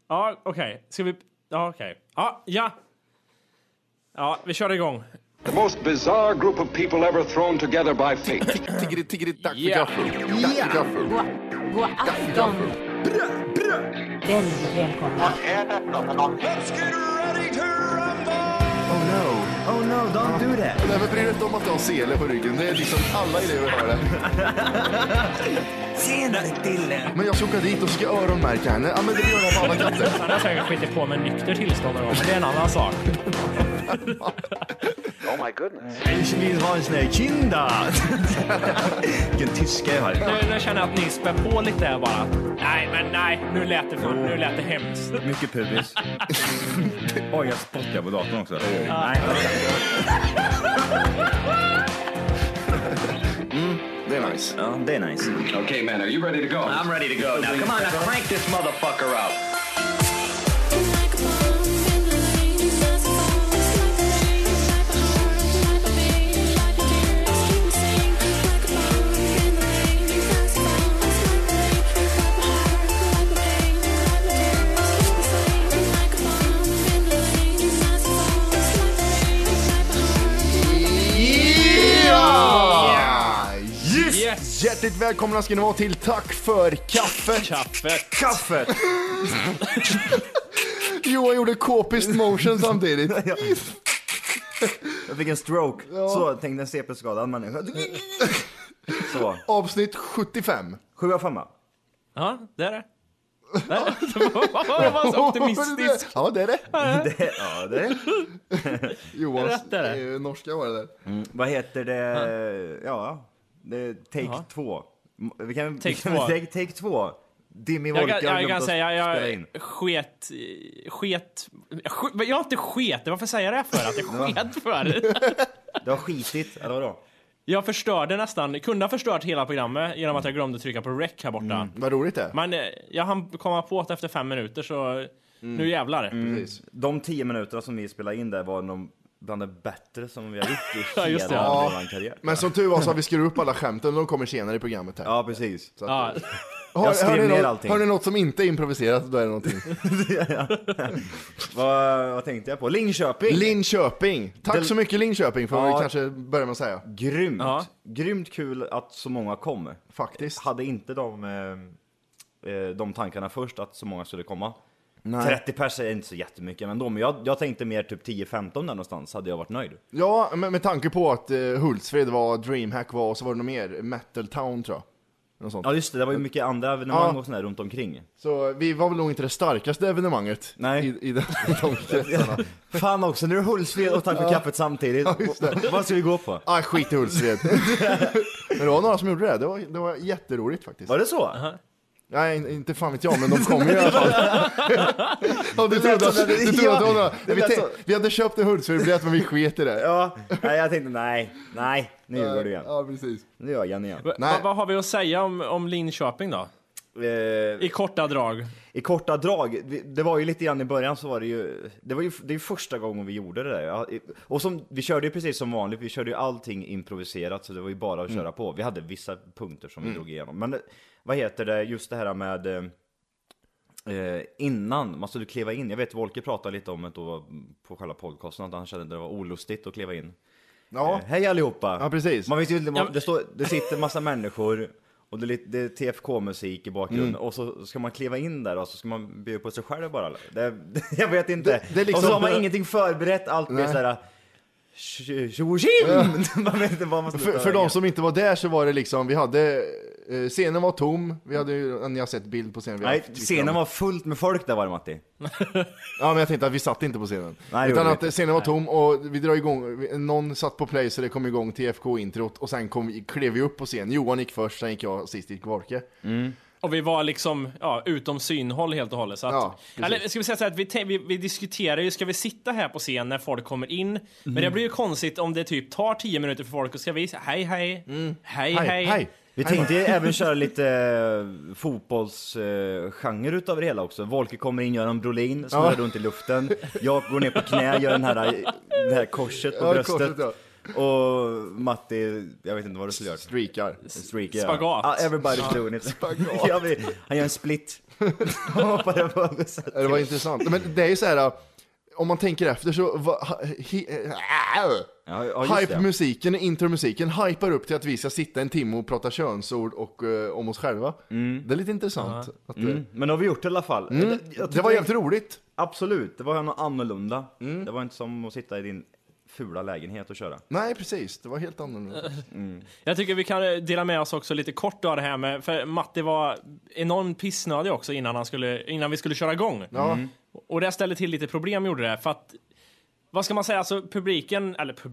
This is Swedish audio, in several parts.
Ja, okej. Ska vi... Ja, okej. Ja. Ja, vi kör igång. The most bizarre group of people ever thrown together by fate. Tiggeri, tack för gaffel. Tack för gaffel. God afton. Väldigt välkomna. Let's get ready to rumble! Oh no, don't do that. Nej, men bryr dig inte om att du har sele på ryggen. Det är liksom alla elever har det. Senare Dille. Men jag ska åka dit och ska öronmärka henne. Ja, men det gör jag på alla katter. Han har säkert skitit på med nykter tillstånd någon gång, men det är en annan sak. Oh my goodness. Ich vill ha en sån här kinda. Vilken tyska jag har. Nu känner jag att ni spär på lite här bara. Nej, nu lät det hemskt. Mycket pubis. Oj, jag spottar på datorn också. Nej. Det är nice. Ja, det är nice. Okay, man, are you ready to go? I'm ready to go. Now, come on, now crank this motherfucker up. Hjärtligt välkomna ska ni vara till Tack för kaffet. Kaffet. Johan gjorde kopiskt motion samtidigt. Jag fick en stroke. Så tänkte en CP-skadad människa. Så. Avsnitt 75. 7 av 5. Ja, det är det. Jag var så optimistisk. Ja, det är det. Ja, det är det. Johans Rätt är det. norska var det där. Vad heter det? Ja, det är take 2. Vi kan take 2. Dimmy Wolke jag kan säga jag sket. Jag har inte sket. Varför säger jag det för? Att jag sket för? Du har skitit, eller vadå? Jag förstörde nästan, kunde ha förstört hela programmet genom att jag glömde trycka på rec här borta. Vad roligt det. Men jag hann komma på det efter 5 minuter, så nu jävlar. Precis. De 10 minuterna som vi spelade in där var de bland det bättre som vi har gjort i Ja, just det. hela Ja. vår karriär. Men som tur var så har vi skrivit upp alla skämten och de kommer senare i programmet här. Ja, precis. Så Ja. Jag skrev ner allting. Hör ni något som inte är improviserat, då är det någonting. Vad tänkte jag på? Linköping! Linköping. Tack så mycket Linköping, får vi Ja. kanske börja med att säga. Grymt! Ja. Grymt kul att så många kom. Faktiskt. Hade inte de tankarna först att så många skulle komma. Nej. 30 pers är inte så jättemycket, men jag tänkte mer typ 10-15 där någonstans hade jag varit nöjd. Ja, men med tanke på att Hultsfred var, Dreamhack var, och så var det något mer, Metal Town tror jag. Något sånt. Ja just det var ju mycket andra evenemang och sån här runt omkring. Så vi var väl nog inte det starkaste evenemanget. Nej. I de kretsarna. Fan också, nu är det Hultsfred och tack för kaffet samtidigt. Ja, just det. Vad ska vi gå på? Skit i Hultsfred. Men det var några som gjorde det. Det var jätteroligt faktiskt. Var det så? Nej, inte fan vet jag, men de kom ju i alla fall. Ja, du trodde att det var några. Vi hade köpt en Hultsfred, men vi sket i det. Ja, nej, jag tänkte nej, nu gör du igen. Ja, precis. Nu gör jag igen. Vad har vi att säga om Linköping då? I korta drag. I korta drag, det var ju lite grann i början så var det ju, det är ju första gången vi gjorde det där. Och vi körde ju precis som vanligt, vi körde ju allting improviserat, så det var ju bara att köra på. Vi hade vissa punkter som vi drog igenom. Men vad heter det, just det här med innan man skulle kliva in. Jag vet Wolke pratade lite om det då på själva podcasten, att han kände att det var olustigt att kliva in. Ja. Hej allihopa! Ja, precis. Man vet ju, det sitter massa människor och det är TFK-musik i bakgrunden. Och så ska man kliva in där och så ska man bjuda på sig själv bara. Jag vet inte. Det är liksom, och så har man ingenting förberett, allt blir sådär. Man vet inte vad man ska för de som inte var där så var det liksom, vi hade scenen var tom, vi hade ju, ni har sett bild på scenen. Nej, scenen var fullt med folk där var det, Matti. Ja, men jag tänkte att vi satt inte på scenen. Nej, utan att scenen var tom och vi drar igång, någon satt på play så det kom igång TFK-introt och sen klev vi upp på scenen. Johan gick först, sen gick jag sist, gick Wolke. Och vi var liksom utom synhåll helt och hållet. Så att, eller ska vi säga så här att vi diskuterar ju, ska vi sitta här på scen när folk kommer in? Men det blir ju konstigt om det typ tar 10 minuter för folk och ska vi hej. Vi tänkte även köra lite fotbollsgenre utav det hela också. Wolke kommer in, gör en Brolin, snurrar runt i luften. Jag går ner på knä, gör det här korset på bröstet. Korset, och Matti, jag vet inte vad du skulle göra. Streakar. Spagat. Everybody's doing it. Han gör en split. Det var intressant. Men det är ju så här, om man tänker efter så hype-musiken, intromusiken hypar upp till att vi ska sitta en timme och prata könsord och om oss själva. Det är lite intressant. Men då har vi gjort det i alla fall. Det var jävligt roligt. Absolut, det var något annorlunda. Det var inte som att sitta i din fula lägenhet och köra. Nej, precis. Det var helt annorlunda. Jag tycker vi kan dela med oss också lite kort av det här med, för Matti var enormt pissnödig också innan vi skulle köra igång. Och det ställde till lite problem, gjorde det, för att vad ska man säga, alltså publiken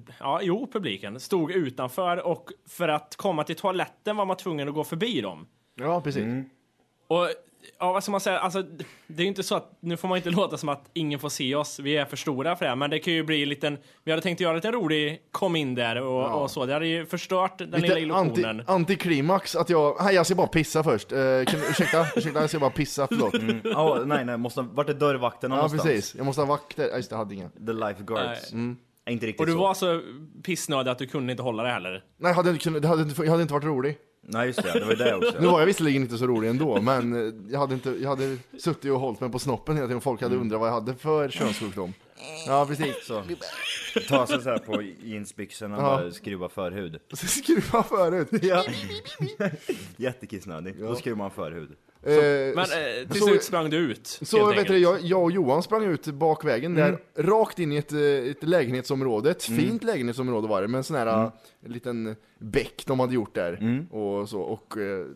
stod utanför, och för att komma till toaletten var man tvungen att gå förbi dem. Ja, precis. Och ja, vad ska man säga, alltså det är ju inte så att, nu får man inte låta som att ingen får se oss, vi är för stora för det, men det kan ju bli en liten, vi hade tänkt göra lite rolig kom in där och så, det hade ju förstört den lilla illusionen. Antiklimax att jag ska bara pissa först. Ursäkta, jag ska bara pissa, förlåt. Nej, vart är dörrvakterna någonstans? Ja, precis, jag måste ha vakter. Just det, jag hade inga. The lifeguards. Inte riktigt. Och du så. var så pissnödig att du kunde inte hålla det heller. Nej, jag hade inte varit rolig. Nej, just det var ju det också. Nu var jag visserligen inte så rolig ändå, men jag hade suttit och hållit mig på snoppen hela tiden och folk hade undrat vad jag hade för könssjukdom. Ja, precis. Så. Ta sig så här på jeansbyxorna och bara skruva förhud. Skruva förhud? Ja. Jättekissnödig. Då skruvar man förhud. Men till slut sprang du ut. Så vet du, jag och Johan sprang ut bakvägen där, rakt in i ett lägenhetsområde. Ett fint lägenhetsområde var det, med en sån här liten bäck de hade gjort där. Och så, och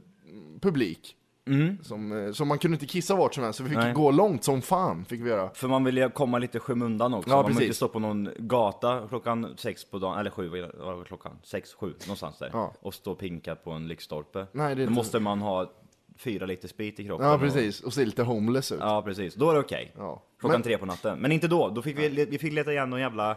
publik. Som man kunde inte kissa vart som helst, så vi fick gå långt som fan, fick vi göra. För man ville komma lite skymundan också. Ja, man vill inte stå på någon gata klockan 6 på dagen, eller 7, vad var klockan? 6-7, någonstans där. Ja. Och stå pinkat på en lyktstolpe. Nej, då måste man ha 4 liter sprit i kroppen. Ja, precis. Och se lite homeless ut. Ja, precis. Då är det okej. Ja. Klockan 3 på natten. Men inte då. Då fick vi fick leta igen någon jävla...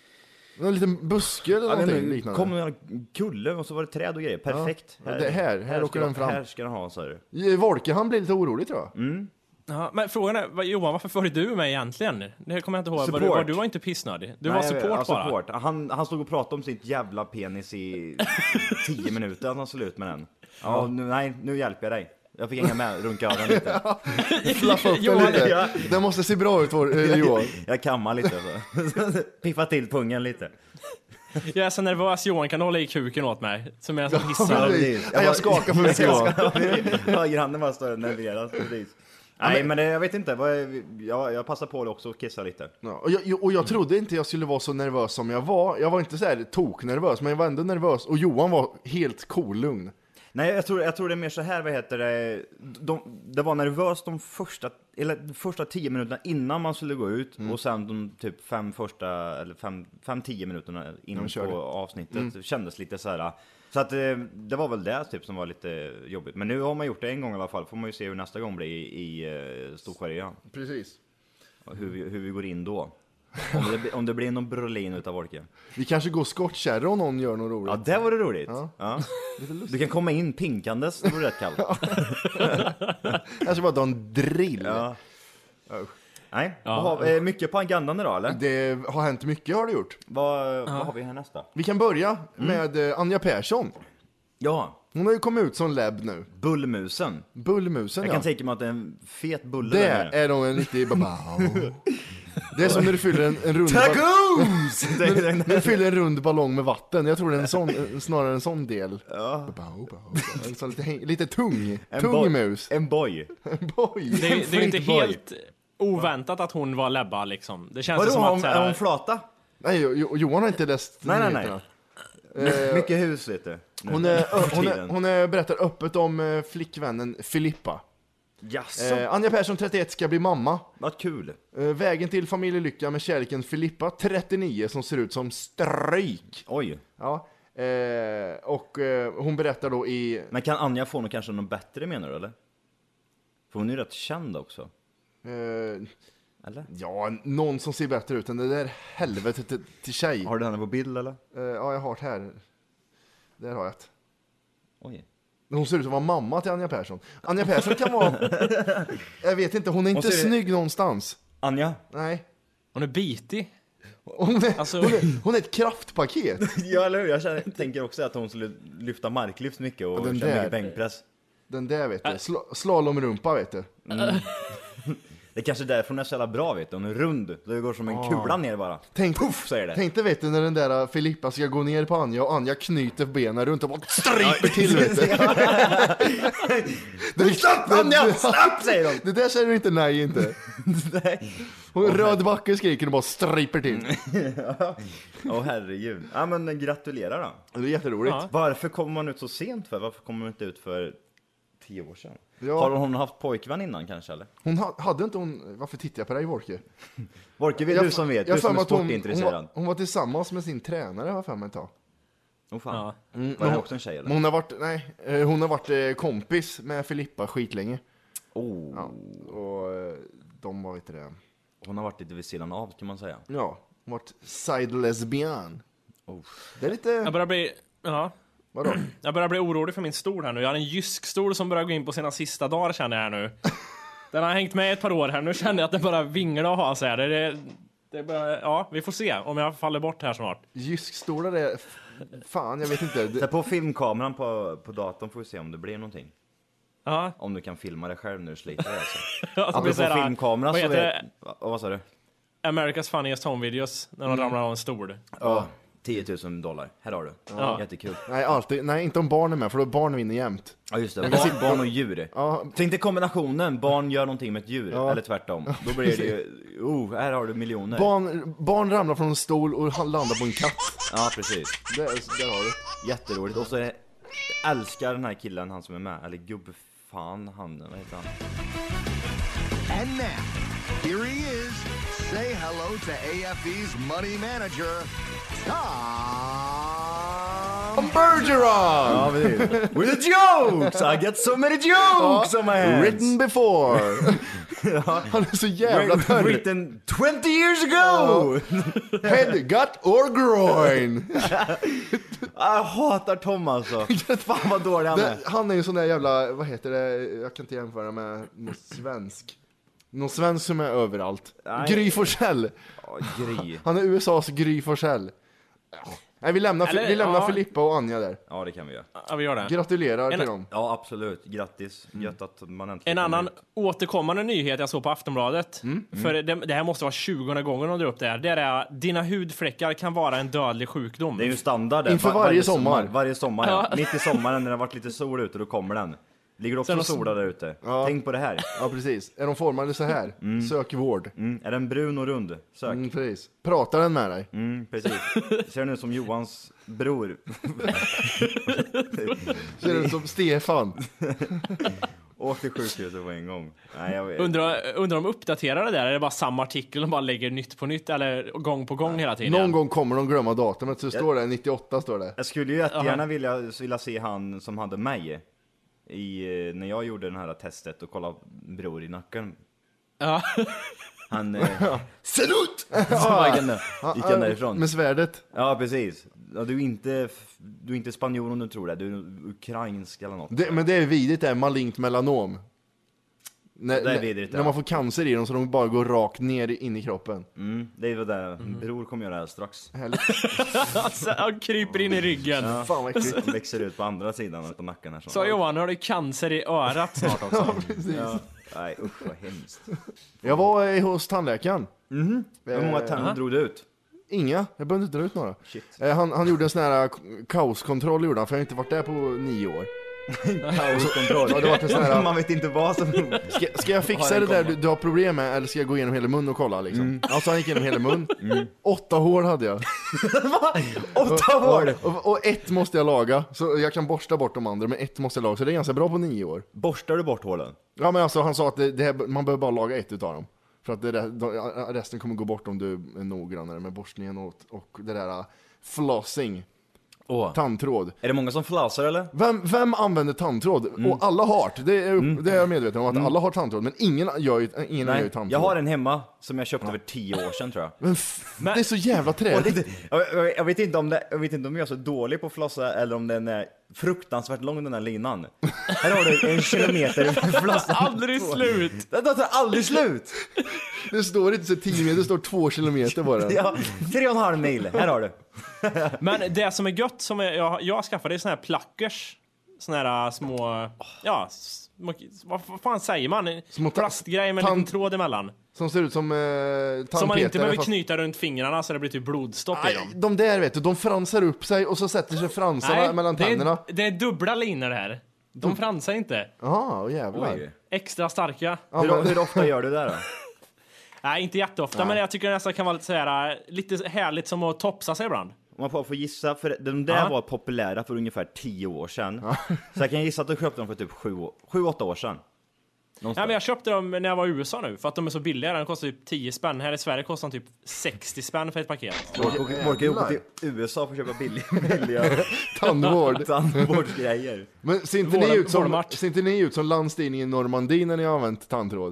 En liten buske eller någonting liknande. Kom en kulle och så var det träd och grejer. Perfekt. Ja. Här åker den fram. Här ska den ha, sa du. Volke, han blir lite orolig, tror jag. Ja, men frågan är, Johan, varför följde du med egentligen? Det kommer jag inte ihåg. Du var inte pissnödig. Du var support bara. Support. Han stod och pratade om sitt jävla penis i 10 minuter. Han såg ut med den. Ja, nu hjälper jag dig. Jag fick hänga med, runka öronen lite. Flaffa upp den lite. Ja. Den måste se bra ut, Johan. Jag kammar lite. Så. Piffa till pungen lite. Jag är så nervös, Johan. Kan du hålla i kuken åt mig? Som jag som pissar. Jag skakar för mycket, Johan. Högerhanden bara står och nerveras. Nej, men jag vet inte. Jag passar på det också och kissa lite. Ja, och jag trodde inte jag skulle vara så nervös som jag var. Jag var inte så här toknervös, men jag var ändå nervös. Och Johan var helt lugn. Nej, jag tror det är mer så här, vad heter det? Det var nervöst de första 10 minuterna innan man skulle gå ut. Och sen de typ 5-10 minuterna innan på avsnittet kändes lite så här. Så att det var väl det typ som var lite jobbigt. Men nu har man gjort det en gång i alla fall. Får man ju se hur nästa gång blir i Storkorea. Precis. Hur vi går in då. Om det blir någon Brolin utav Volke. Vi kanske går skottkärra om någon gör något roligt. Ja, det var det roligt. Ja. Du kan komma in pinkandes, det var rätt kallt. Jag ska bara ta en drill. Ja. Nej, mycket på agendan idag, eller? Det har hänt mycket, har det gjort. Vad har vi här nästa? Vi kan börja med Anja Persson. Ja. Hon har ju kommit ut som lab nu. Bullmusen. Jag kan tänka mig att det är en fet bulle det där. Det är nog en riktig Det är som när du fyller en rund när du fyller en rund ballong med vatten. Jag tror det är snarare en sån del. Ja. Så lite tung mus. En boy. Det är inte helt oväntat att hon var lebba liksom. Det känns som att är hon flata? Nej, Johan har inte läst. Nej. Mycket hus, vet du. Hon berättar öppet om flickvännen Filippa. Anja Persson 31 ska bli mamma. Vad kul. Vägen till familjelycka med kärleken Filippa 39 som ser ut som stryk. Oj. Ja. Och hon berättar då i... Men kan Anja få kanske något bättre, menar du, eller? För hon är ju rätt känd också. Eller? Ja, någon som ser bättre ut än det där helvetet till tjej. Har du henne på bild, eller? Ja, jag har det här. Där har jag det. Oj. Hon ser ut att vara mamma till Anja Persson. Anja Persson kan vara... Jag vet inte, hon är inte snygg någonstans. Anja? Nej. Hon är bitig. Hon är ett kraftpaket. Ja, eller hur? Jag tänker också att hon skulle lyfta marklyft mycket och köra mycket bänkpress. Den där vet du, slalomrumpa vet du. Det är kanske därför hon är så jävla bra, vet du. Hon är rund, det går som en kula ner bara. Puff, säger det. Tänk dig, vet du, när den där Filippa ska gå ner på Anja och Anja knyter benen runt och bara stryper till, vet du. Slapp Anja, slapp, säger de. Det där säger du inte nej, inte. Hon röd backe skriker och bara stryper till. Herregud. Ja, men gratulerar då. Det är jätteroligt. Varför kommer man ut så sent för? Varför kommer man inte ut för 10 år sedan? Ja. Har hon haft pojkvän innan kanske, eller? Hon hade inte hon... Varför tittar jag på dig, Vorke? Vorke, du som vet, du som är sportintresserad. Hon var tillsammans med sin tränare, var för mig ett tag. Fan. Var det också en tjej, eller? Hon har varit kompis med Filippa skitlänge. Ja, och de var inte det. Hon har varit lite vid sidan av, kan man säga. Ja, hon har varit side lesbian. Det är lite... Jag börjar bli... Ja. Vadå? Jag börjar bli orolig för min stol här nu. Jag har en Jysk-stol som börjar gå in på sina sista dagar, känner jag här nu. Den har hängt med ett par år här. Nu känner jag att den bara vinglar och har så här. Det börjar, ja, vi får se om jag faller bort här snart. Jysk-stolar är... Fan, jag vet inte. Ta på filmkameran på datorn får vi se om det blir någonting. Ja. Om du kan filma dig själv när du sliter det, alltså. Ja, på filmkameran så är... Vad sa du? America's Funniest Home Videos, när de ramlar av en stol. Ja. $10,000. Här har du. Ja. Jättekul. Nej, inte om barn är med, för då barn vinner jämt. Ja, just det. Barn och djur. Ja. Tänk dig kombinationen. Barn gör någonting med ett djur. Eller tvärtom. Då blir det ju... här har du miljoner. Barn ramlar från en stol och landar på en katt. Ja, precis. Där har du. Jätteroligt. Och så är jag älskar den här killen, han som är med. Eller gubbfan, vad heter han? And now, here he is. Say hello to AFE's money manager, Tom Bergeron! Ja, with the jokes! I get so many jokes on my hands! Written before! Han är så jävla törr. Written 20 years ago! Head, gut or groin! Jag hatar Tom, alltså. Fan vad dålig han är. Han är ju sån där jävla, vad heter det? Jag kan inte jämföra med någon svensk. Någon svensk som är överallt. Gry Forssell. Han är USAs Gry Forssell. Nej, vi lämnar Filippa och Anja där. Ja, det kan vi göra. Ja, vi gör det. Gratulerar till dem. Ja, absolut. Grattis. Gött att man äntligen... En annan återkommande nyhet jag såg på Aftonbladet. För det här måste vara 20:e gången de drar upp det här. Det är dina hudfläckar kan vara en dödlig sjukdom. Det är ju standard. Inför varje sommar. Varje sommar, ja. Mitt i sommaren när det har varit lite sol ute, då kommer den. Ligger också sola där ute. Ja. Tänk på det här. Ja, precis. Är de formade så här? Sök vård. Är den brun och rund? Sök. Precis. Pratar den med dig? Precis. Ser den ut som Johans bror? Ser den ut som Stefan? Åk till sjukhuset på en gång. Nej, jag vet. Undrar om de uppdaterar det där. Är det bara samma artikel och bara lägger nytt på nytt? Eller gång på gång hela tiden? Någon gång kommer de glömma datumet. Så står det 98 står det. Jag skulle ju jättegärna vilja se han som hade mig när jag gjorde det här testet och kolla bror i nacken. Ja. Han salut! Gick han därifrån. Med svärdet. Ja, precis. Ja, du är inte spanjor om du tror det. Du är ukrainsk eller något. Men det är vidrigt, det är malignt melanom. När man får cancer i dem så de bara går rakt ner in i kroppen. Det är väl det. Bror kommer göra det här strax. Han kryper in i ryggen. Ja. Fan vad äckligt. Han växer ut på andra sidan av nacken här. Så Johan, har du cancer i örat snart också? Ja, precis. Ja. Nej, usch vad hemskt. Jag var hos tandläkaren. Hur många tänder drog du ut? Inga, jag behövde inte dra ut några. Shit. Han gjorde en sån här kaoskontroll gjorde han, för jag har inte varit där på 9 år. Kaoskontroll. Ja, det var en sån här... Man vet inte vad som... Ska jag fixa det där du har problem med, eller ska jag gå igenom hela mun och kolla liksom? Alltså han gick igenom hela mun. 8 hår hade jag. 8 hår? Och ett måste jag laga. Så jag kan borsta bort de andra, men ett måste jag laga. Så det är ganska bra på 9 år. Borstar du bort hålen? Ja, men alltså han sa att det här, man behöver bara laga ett utav dem. För att resten kommer gå bort om du är noggrannare med borstningen och det där flossing. Tandtråd. Är det många som flasar eller? Vem använder tandtråd? Och alla har det är jag medveten om att alla har tandtråd, men ingen gör ju tandtråd. Jag har en hemma som jag köpte för 10 år sedan tror jag. Men det är så jävla träligt. Jag vet inte om jag är så dålig på att flossa eller om den är fruktansvärt lång den här linan. Här har du 1 kilometer flossa. Aldrig slut. Det tar aldrig slut. Det står inte så 10 meter, det står 2 kilometer bara. Ja, 3,5 mil. Här har du. Men det som är gött som jag skaffade är såna här plackers. såna här små, vad fan säger man? Små plastgrejer med en liten tråd emellan. Som ser ut som tandpetare. Som man inte behöver knyta runt fingrarna så det blir typ blodstopp i dem. De där vet du, de fransar upp sig och så sätter sig fransarna mellan tänderna. Det är dubbla linjer det här. De fransar inte. Jaha, jävlar. Oj. Extra starka. Hur ofta gör du det då? Nej, inte jätteofta, men jag tycker det nästan kan vara lite härligt som att topsa sig ibland. Om man får gissa, för de där var populära för ungefär 10 år sedan. Så jag kan gissa att du köpte dem för typ 7-8 år sedan. Ja, men jag köpte dem när jag var i USA nu, för att de är så billiga. De kostar typ 10 spänn. Här i Sverige kostar de typ 60 spänn för ett paket. Folk åker till USA för att köpa billiga tandvårdsgrejer. Men ser inte ni ut som landstigningen i Normandie när ni har använt tandtråd?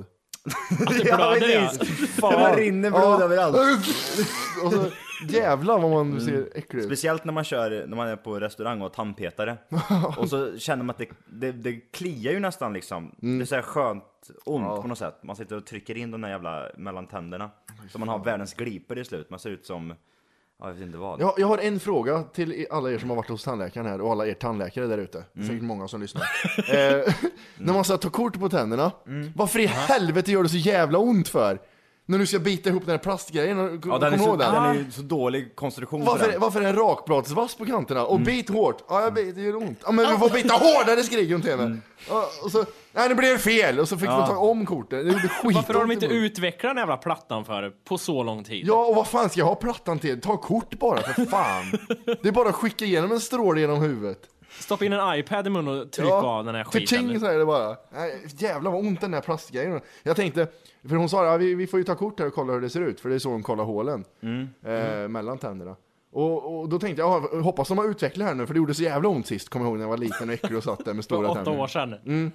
Det bara rinner blod överallt. Och så, jävlar vad man ser äckligt ut. Speciellt när man är på restaurang och har tandpetare. Och så känner man att det kliar ju nästan liksom. Det är så här skönt ont på något sätt. Man sitter och trycker in de där jävla mellan tänderna. Så man har världens glipor i slut. Man ser ut som, jag vet inte vad. Jag har en fråga till alla er som har varit hos tandläkaren här och alla er tandläkare där ute. Det är säkert många som lyssnar. När man ska ta kort på tänderna, varför i helvete gör det så jävla ont för? När du ska bita ihop den här plastgrejen. Ja, den är ju så dålig konstruktion. Varför är det en rakbladsvass på kanterna? Och bit hårt. Ja, jag biter, det gör ont. Ja, men du får bita hårdare, skriker hon till mig. Och så, nej, det blev fel. Och så fick vi ta om kortet. Det gjorde skit. Varför har de inte utvecklat den jävla plattan för på så lång tid? Ja, och vad fan ska jag ha plattan till? Ta kort bara, för fan. Det är bara att skicka igenom en stråle genom huvudet. Stoppa in en iPad i munnen och trycka av den här skiten. För säger det bara. Nej, jävlar vad ont den där plastgrejen. Jag tänkte, för hon sa vi får ju ta kort här och kolla hur det ser ut. För det är så hon kollar hålen mellan tänderna. Och då tänkte jag, hoppas de har utvecklat här nu. För det gjorde så jävla ont sist. Kommer jag ihåg när jag var liten och äcklig och satt där med stora tänder. 8 år sedan.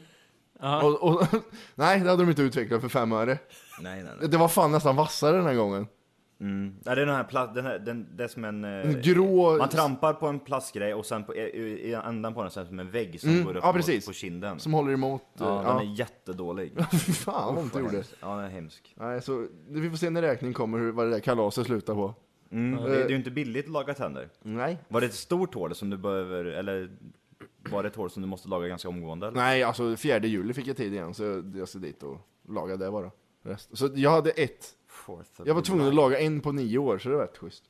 Nej, det hade de inte utvecklat för 5 öre. Nej. Det var fan nästan vassare den här gången. Ja, det är den här det är som en grå. Man trampar på en plastgrej och sen i ändan på den sen som en vägg som går upp på kinden. Som håller emot. Ja, den är jättedålig. Fan vad ont det gjorde. Ja, den är hemsk. Nej, så vi får se när räkningen kommer vad det där kalaset slutar på. Det är ju inte billigt att laga tänder. Nej. Var det ett stort hål som du behöver, eller var det ett hål som du måste laga ganska omgående? Eller? Nej, alltså 4 juli fick jag tid igen, så jag ska dit och laga det bara. Så jag hade jag var tvungen att laga en på 9 år, så det var rätt schysst.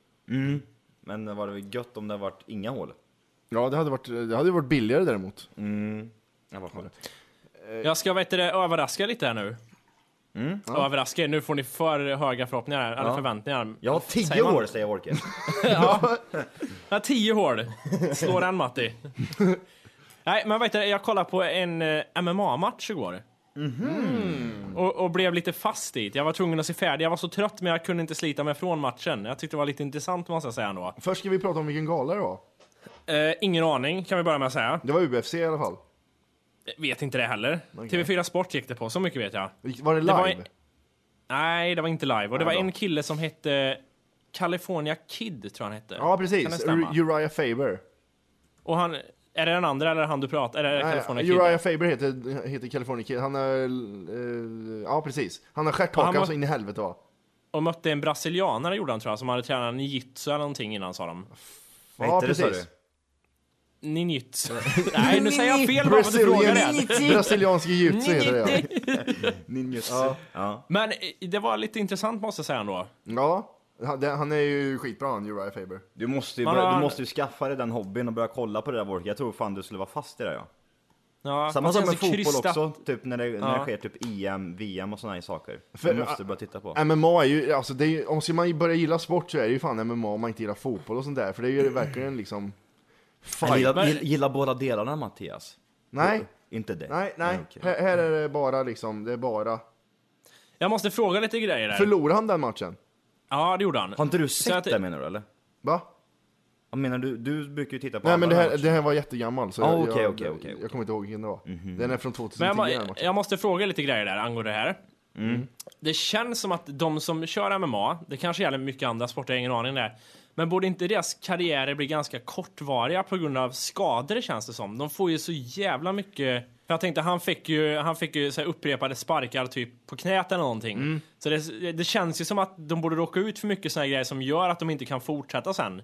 Men var det gött om det varit inga hål? Ja, det hade varit billigare däremot. Ja, vad skönt. Jag ska överraska lite här nu. Överraska, nu får ni för höga förhoppningar eller förväntningar. Jag har 10 år, säger jag Orke. Ja, 10 hål. Slår den, Matti. Nej, men jag kollade på en MMA-match igår. Och blev lite fast dit. Jag var tvungen att se färdig. Jag var så trött, men jag kunde inte slita mig från matchen. Jag tyckte det var lite intressant, måste jag säga ändå. Först ska vi prata om vilken gala det var. Ingen aning, kan vi börja med att säga. Det var UFC i alla fall. Vet inte det heller. Okay. TV4 Sport gick det på, så mycket vet jag. Var det live? Nej, det var inte live. Och det var en kille som hette California Kid, tror han hette. Ja, precis. Uriah Faber. Och han... Är det den andra eller han du pratar? Är det California Kid? Uriah Faber heter California Kid. Han är... ja, precis. Han har skärthaka så in i helvete, va? Och mötte en brasilianare, gjorde han, tror jag, som hade tränat ninjutsu eller någonting innan, sa de. Ja, precis. Ninjutsu. Nej, nu säger jag fel bara för att du frågar det. Brasiliansk jiu-jitsu heter det, ninjutsu. Ja. Men det var lite intressant, måste jag säga ändå. Ja. Han är ju skitbra, han, Uriah Faber. Du måste ju skaffa dig den hobbyn och börja kolla på det där work. Jag tror fan du skulle vara fast i det, ja. Samma sak med fotboll också, typ när det sker typ EM, VM och såna här saker. Du måste börja titta på. MMA är ju, alltså det är ju, om man börjar gilla sport så är det ju fan MMA om man inte gillar fotboll och sånt där. För det är ju verkligen liksom... Gillar båda delarna, Mattias? Nej. Inte det? Nej. Okay. Här är det bara liksom, det är bara... Jag måste fråga lite grejer där. Förlorade han den matchen? Ja, det gjorde han. Har inte du sett det, menar du, eller? Va? Jag menar, du brukar ju titta på... Nej, men det här var jättegammal, så okej. Jag kommer inte ihåg vilken det var. Den är från 2010. Men jag måste fråga lite grejer där angående det här. Det känns som att de som kör MMA, det kanske gäller mycket andra sporter, jag har ingen aning där. Men borde inte deras karriärer bli ganska kortvariga på grund av skador, känns det som? De får ju så jävla mycket... För jag tänkte, han fick ju så här upprepade sparkar typ på knät eller någonting. Så det känns ju som att de borde råka ut för mycket såna här grejer som gör att de inte kan fortsätta sen.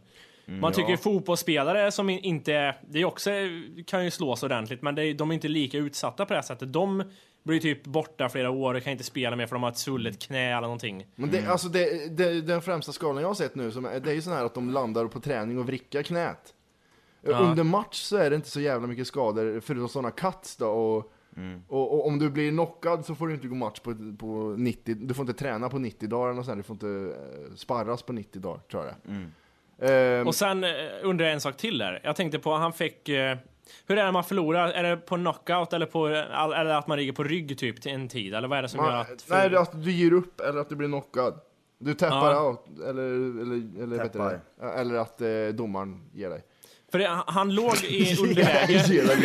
Man tycker ju fotbollsspelare som inte det är också kan ju slås ordentligt, men de är inte lika utsatta på det här sättet. De blir typ borta flera år och kan inte spela mer för de har ett svullet knä eller någonting. Men den främsta skalan jag har sett nu, det är ju sån här att de landar på träning och vrickar knät. Under match så är det inte så jävla mycket skador, förutom sådana cuts då, och om du blir knockad så får du inte gå match på 90, du får inte träna på 90 dagar eller sånt, du får inte sparras på 90 dagar, tror jag. Och sen undrar jag en sak till där. Jag tänkte på, han fick hur är det när man förlorar? Är det på knockout eller att man ligger på rygg typ till en tid? Eller vad är det som gör att... Nej, det är att du ger upp eller att du blir knockad. Du tappar out eller vet du, eller att domaren ger dig. För han låg i underläge.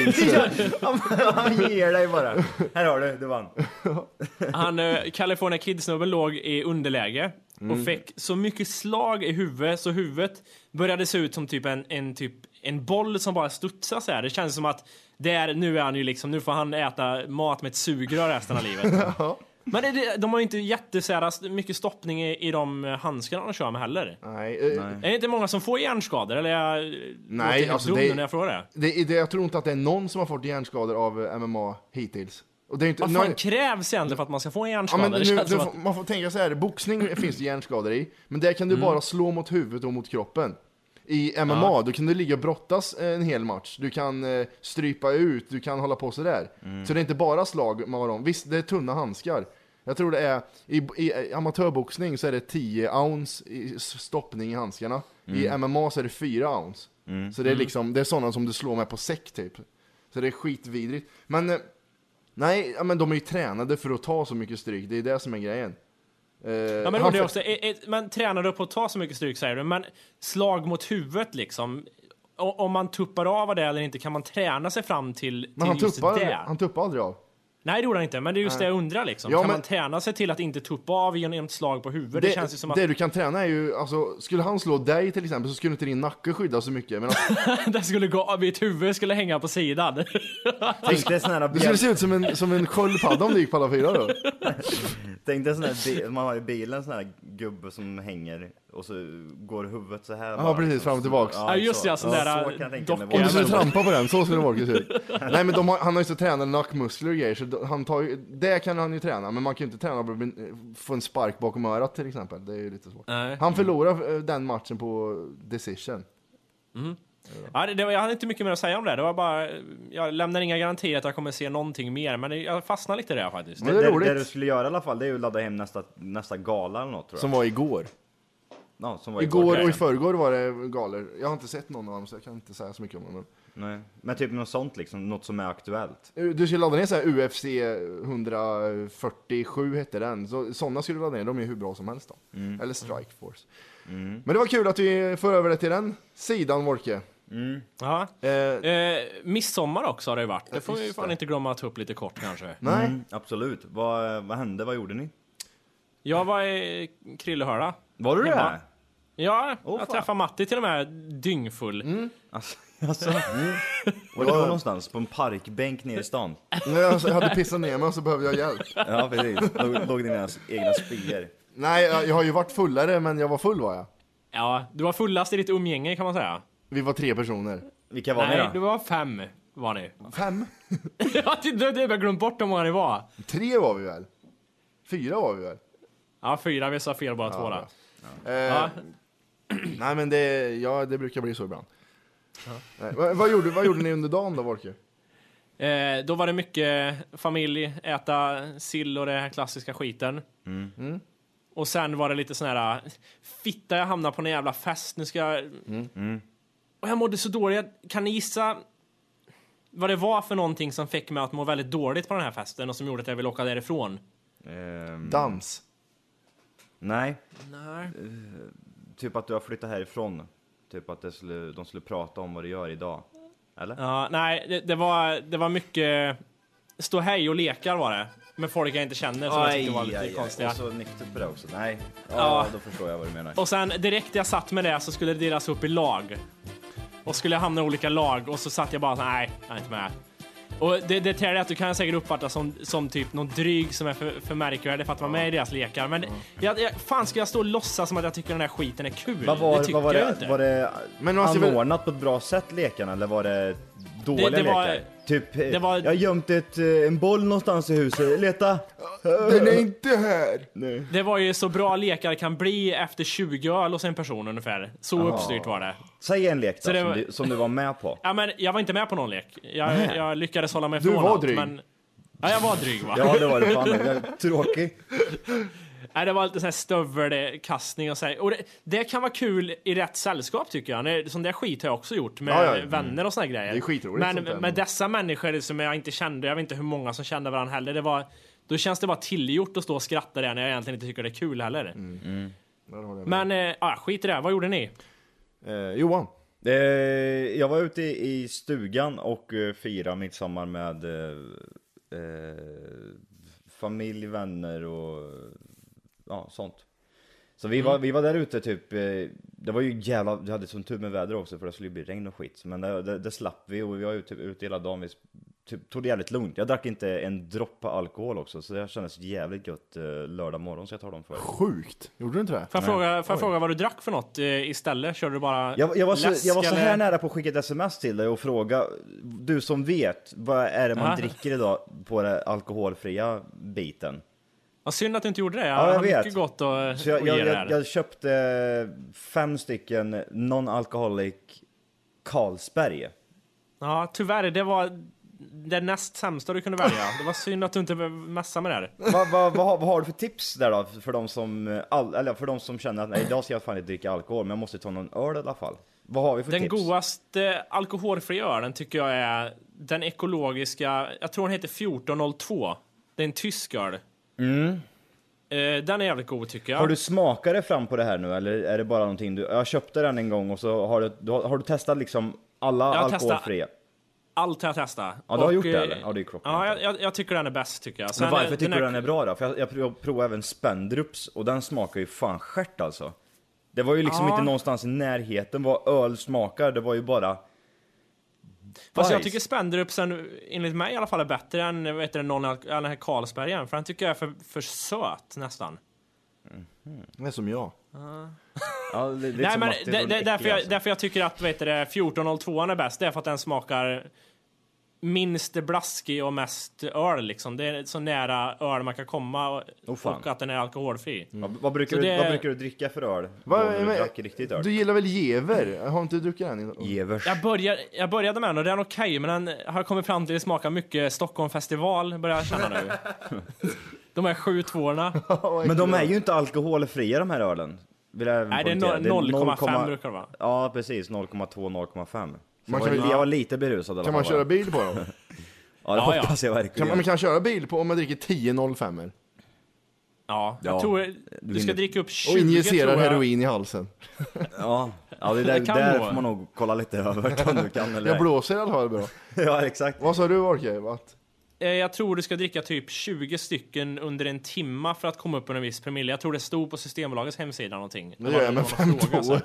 Han ger dig bara. Här har du vann. California Kid-snubben låg i underläge och fick så mycket slag i huvudet så huvudet började se ut som typ en boll som bara studsar så här. Det känns som att nu är han ju liksom, nu får han äta mat med ett sugrör resten av livet. Men de har ju inte mycket stoppning i de handskarna de kör med heller. Nej. Är det inte många som får hjärnskador? Eller nej, alltså när jag frågar det. Jag tror inte att det är någon som har fått hjärnskador av MMA hittills. Och det är inte, vad fan krävs egentligen för att man ska få en hjärnskada? Ja, man får tänka så här, boxning finns det hjärnskador i, men där kan du bara slå mot huvudet och mot kroppen. I MMA, då kan du ligga och brottas en hel match. Du kan strypa ut, du kan hålla på så där. Så det är inte bara slag med dem. Visst, det är tunna handskar. Jag tror det är, i amatörboxning så är det 10 ounce i stoppning i handskarna. I MMA så är det 4 ounce. Så det är liksom, det är sådana som du slår med på säck typ. Så det är skitvidrigt. Men nej, men de är ju tränade för att ta så mycket stryk. Det är det som är grejen. Ja, men det är också, man tränar upp på att ta så mycket stryk, säger du. Men slag mot huvudet liksom, om man tuppar av det eller inte, kan man träna sig fram till just det? Han tuppar aldrig av. Nej, det gjorde han inte, men det är just det jag undrar liksom. Kan man träna sig till att inte tuppa av genom ett slag på huvudet? Det känns ju som att... Det du kan träna är ju, alltså, skulle han slå dig till exempel så skulle inte din nacke skydda så mycket. Men det skulle gå, mitt huvud skulle hänga på sidan. Det skulle se ut som en sköldpadda om det gick på alla fyra då. Tänk dig sån här, man har i bilen sån här gubbe som hänger och så går huvudet så här. Ja, precis, fram och tillbaks. Ja, just det, sån där docka. Om du skulle trampa på den, så skulle det vara se ut. Nej, men han har ju så tränat nackmuskler och grejer, så han tar ju, det kan han ju träna, men man kan ju inte träna för att få en spark bakom örat till exempel. Det är ju lite svårt. Han förlorar den matchen på decision. Ja, jag hade inte mycket mer att säga om det. Det var bara, jag lämnar inga garantier att jag kommer se någonting mer, men jag fastnar lite där faktiskt. Det du skulle göra i alla fall, det är ju att ladda hem nästa gala eller något, tror jag. Som var igår. Ja, som var igår och i förrgår var det galor. Jag har inte sett någon av dem, så jag kan inte säga så mycket om dem. Nej, men typ något sånt liksom, något som är aktuellt. Du skulle ladda ner så här UFC 147 hette den. Sådana skulle du ladda ner, de är hur bra som helst då. Eller Strike Force. Men det var kul att vi får över det till den sidan, Wolke. Ja. Midsommar också har det varit. Det får vi fan inte glömma att ta upp lite kort kanske. Nej, absolut. Vad hände? Vad gjorde ni? Jag var i Krillehörda. Var du det? Ja, jag träffade Matti till och med dyngfull. Alltså. Var det någonstans? På en parkbänk nere i stan? Nej, alltså, jag hade pissat ner mig och så behövde jag hjälp. Ja, precis. Låg dina egna spyor. Nej, jag har ju varit fullare, men jag var full var jag. Ja, du var fullast i ditt umgänge kan man säga. Vi var 3 personer. Vilka var ni då? Nej, du var 5 var ni. 5? Ja, du har glömt bort hur många ni var. 3 var vi väl? 4 var vi väl? Ja, 4, vi sa fel bara 2 där. Nej, men det brukar bli så ibland. Vad gjorde ni under dagen då, Wolke? Då var det mycket familj, äta sill och det här klassiska skiten. Och sen var det lite sån här fitta, jag hamnade på en jävla fest. Nu ska jag... Och jag mådde så dåligt. Kan ni gissa vad det var för någonting som fick mig att må väldigt dåligt på den här festen och som gjorde att jag ville åka därifrån? Dans. Nej. Typ att du har flyttat härifrån. Typ att de skulle prata om vad du gör idag. Eller? Ja, nej, det var mycket stå hej och lekar var det. Med folk jag inte känner som jag tyckte var lite konstiga. Och så nyktert på det också. Nej, ja, då förstår jag vad du menar. Och sen direkt jag satt med det så skulle det delas upp i lag. Och skulle jag hamna i olika lag och så satt jag bara så nej, jag är inte med. Och det är att du kan säkert uppfatta som typ någon dryg som är för märkvärdig för att vara med i deras lekar. Men fan ska jag stå och låtsas som att jag tycker den här skiten är kul? Det tycker jag inte. Var det Men anordnat på ett bra sätt lekarna, eller var det dåliga lekar? Typ, jag har gömt en boll någonstans i huset. Leta! Den är inte här! Nej. Det var ju så bra lekar kan bli efter 20 öl hos en person ungefär. Så uppstyrt var det. Säg en lek då, det som du var med på. Ja, men jag var inte med på någon lek. Jag lyckades hålla mig från var allt, dryg. men... Ja, jag var dryg, va? Ja, det var det fan. Jag är tråkig. Nej, det var lite så här stövelkastning och så här. Och det kan vara kul i rätt sällskap tycker jag. Sån där skit har jag också gjort med vänner och såna grejer. Det är skitroligt. Men med dessa människor som jag inte kände, jag vet inte hur många som kände varandra heller. Då känns det bara tillgjort att stå och skratta där när jag egentligen inte tycker det är kul heller. Men skit i det. Vad gjorde ni? Johan? Jag var ute i stugan och firade midsommar med familj, vänner och sånt. Så vi var där ute typ, det var ju jävla, vi hade sån tur med väder också för det skulle bli regn och skit. Men det slapp vi och vi var ju typ ute hela dagen. Vi tog det jävligt lugnt. Jag drack inte en droppe alkohol också, så det kändes jävligt gött lördag morgon, så jag tar dem för. Sjukt, gjorde du inte det? Får jag fråga vad du drack för något istället? Körde du bara jag var så här eller? nära på att skicka ett sms till dig och fråga, du som vet, vad är det man dricker idag på den alkoholfria biten? Vad synd att du inte gjorde det. Jag har vet. mycket gott att så jag köpte 5 stycken non-alcoholic Carlsberg. Ja, tyvärr, det var det näst sämsta du kunde välja. Det var synd att du inte mässade med det här. Vad har du för tips där då? För de som känner att nej, idag ska jag fan inte dricka alkohol, men jag måste ta någon öl i alla fall. Vad har vi för tips? Den tips? godaste alkoholfria ölen tycker jag är den ekologiska, jag tror den heter 1402. Det är en tysk öl. Den är jävligt god tycker jag. Har du smakat det fram på det här nu, eller är det bara någonting jag köpte den en gång och så har du testat liksom alla alkoholfria? Allt har jag testat. Ja, du har gjort det eller? Ja, det är ja, jag tycker den är bäst tycker jag. Men varför tycker du den är bra då? För jag provade även Spendrups och den smakar ju fan stjärt alltså. Det var ju liksom inte någonstans i närheten vad öl smakar, det var ju bara... Fast jag tycker Spendrupsen, enligt mig i alla fall, är bättre än den här Carlsbergen. För den tycker jag är för söt nästan. Det är som jag. Ja, nej, men därför jag tycker att 1402 är bäst. Det är för att den smakar minst blaskig och mest öl liksom. Det är så nära öl man kan komma och att den är alkoholfri. Vad brukar du dricka för öl? Du gillar väl Jever? Har inte du druckit den? Jevers. Jag började med den och den är okej, men den har kommit fram till att smaka mycket Stockholm festival, börjar jag känna nu. De här 7-2orna. Men de är ju inte alkoholfria de här ölen. Nej, det är 0,5 brukar det vara. Ja, precis. 0,2-0,5. Jag var lite berusad. Kan man köra bil på dem? Ja, det hoppas jag verkligen. Man kan köra bil på om man dricker 10,05. Ja, jag tror du ska dricka upp 20. Och injicerar heroin i halsen. Ja, det där får man nog kolla lite över om du kan. Eller jag blåser i alla fall bra. Ja, exakt. Vad sa du, Orke? Jag tror du ska dricka typ 20 stycken under en timma för att komma upp på en viss promille. Jag tror det stod på Systembolagets hemsida någonting. Det gör jag med 50 år.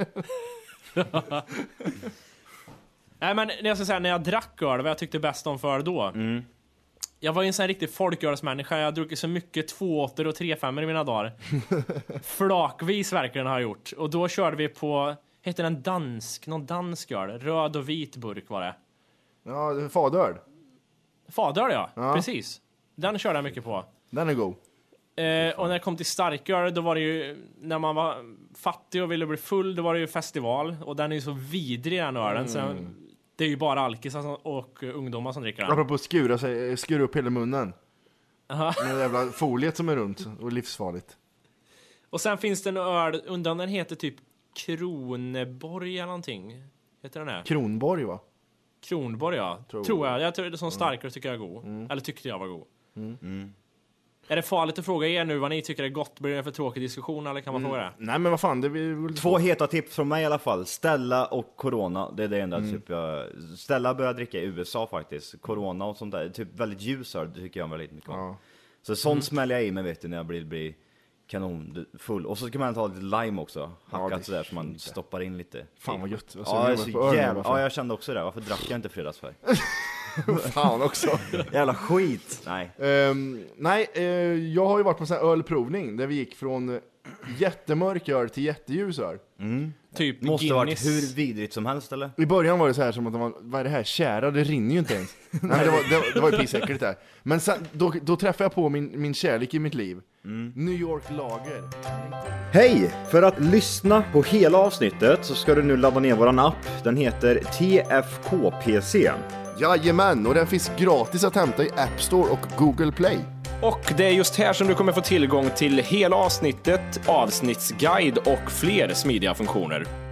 Nej, men jag ska säga, när jag drack öl, vad jag tyckte bäst om för då. Jag var ju en sån här riktig folkölsmänniska. Jag har druckit så mycket 2,8 och 3,5 i mina dagar. Flakvis verkligen har jag gjort. Och då körde vi på, heter den någon dansk öl. Röd och vit burk var det. Ja, fadöl. Fadöl, ja. Precis. Den körde jag mycket på. Den är god. Och när det kom till starköl, då var det ju, när man var fattig och ville bli full, då var det ju festival. Och den är ju så vidrig den ölen. Så det är ju bara alkisar och ungdomar som dricker den. Apropå skura upp hela munnen. Med det jävla foliet som är runt och livsfarligt. Och sen finns det en öl, undan den heter typ Kronborg eller någonting. Heter den här? Kronborg, va? Kronborg, ja. Tror jag. Jag tror det är som starkare tycker jag är god. Eller tyckte jag var god. Är det farligt att fråga er nu vad ni tycker är gott? Blir det för tråkig diskussion eller kan man fråga det? Nej, men vad fan, det blir... 2 heta tips från mig i alla fall. Stella och Corona, det är det enda typ jag... Stella börjar dricka i USA faktiskt. Corona och sånt där, typ väldigt ljusare, det tycker jag väldigt mycket om. Ja. Så sånt smäller jag i mig, vet du, när jag blir kanon full. Och så kan man ta lite lime också, hackat sådär så man stoppar in lite. Fan vad gött. Ja, jag kände också det. Varför drack jag inte fredagsfärg? Fan också. Jävla skit. Nej. Jag har ju varit på en sån här ölprovning där vi gick från jättemörk öl till jätteljus öl. Typ Måste ha varit Guinness. hur vidrigt som helst eller? I början var det så här som att vad är det här? Kära, det rinner ju inte ens. Nej, det var ju pissäckligt där. Men sen, då träffade jag på min kärlek i mitt liv. New York Lager. Hej! För att lyssna på hela avsnittet så ska du nu ladda ner våran app. Den heter TFKPC. Jajamän, och den finns gratis att hämta i App Store och Google Play. Och det är just här som du kommer få tillgång till hela avsnittet, avsnittsguide och fler smidiga funktioner.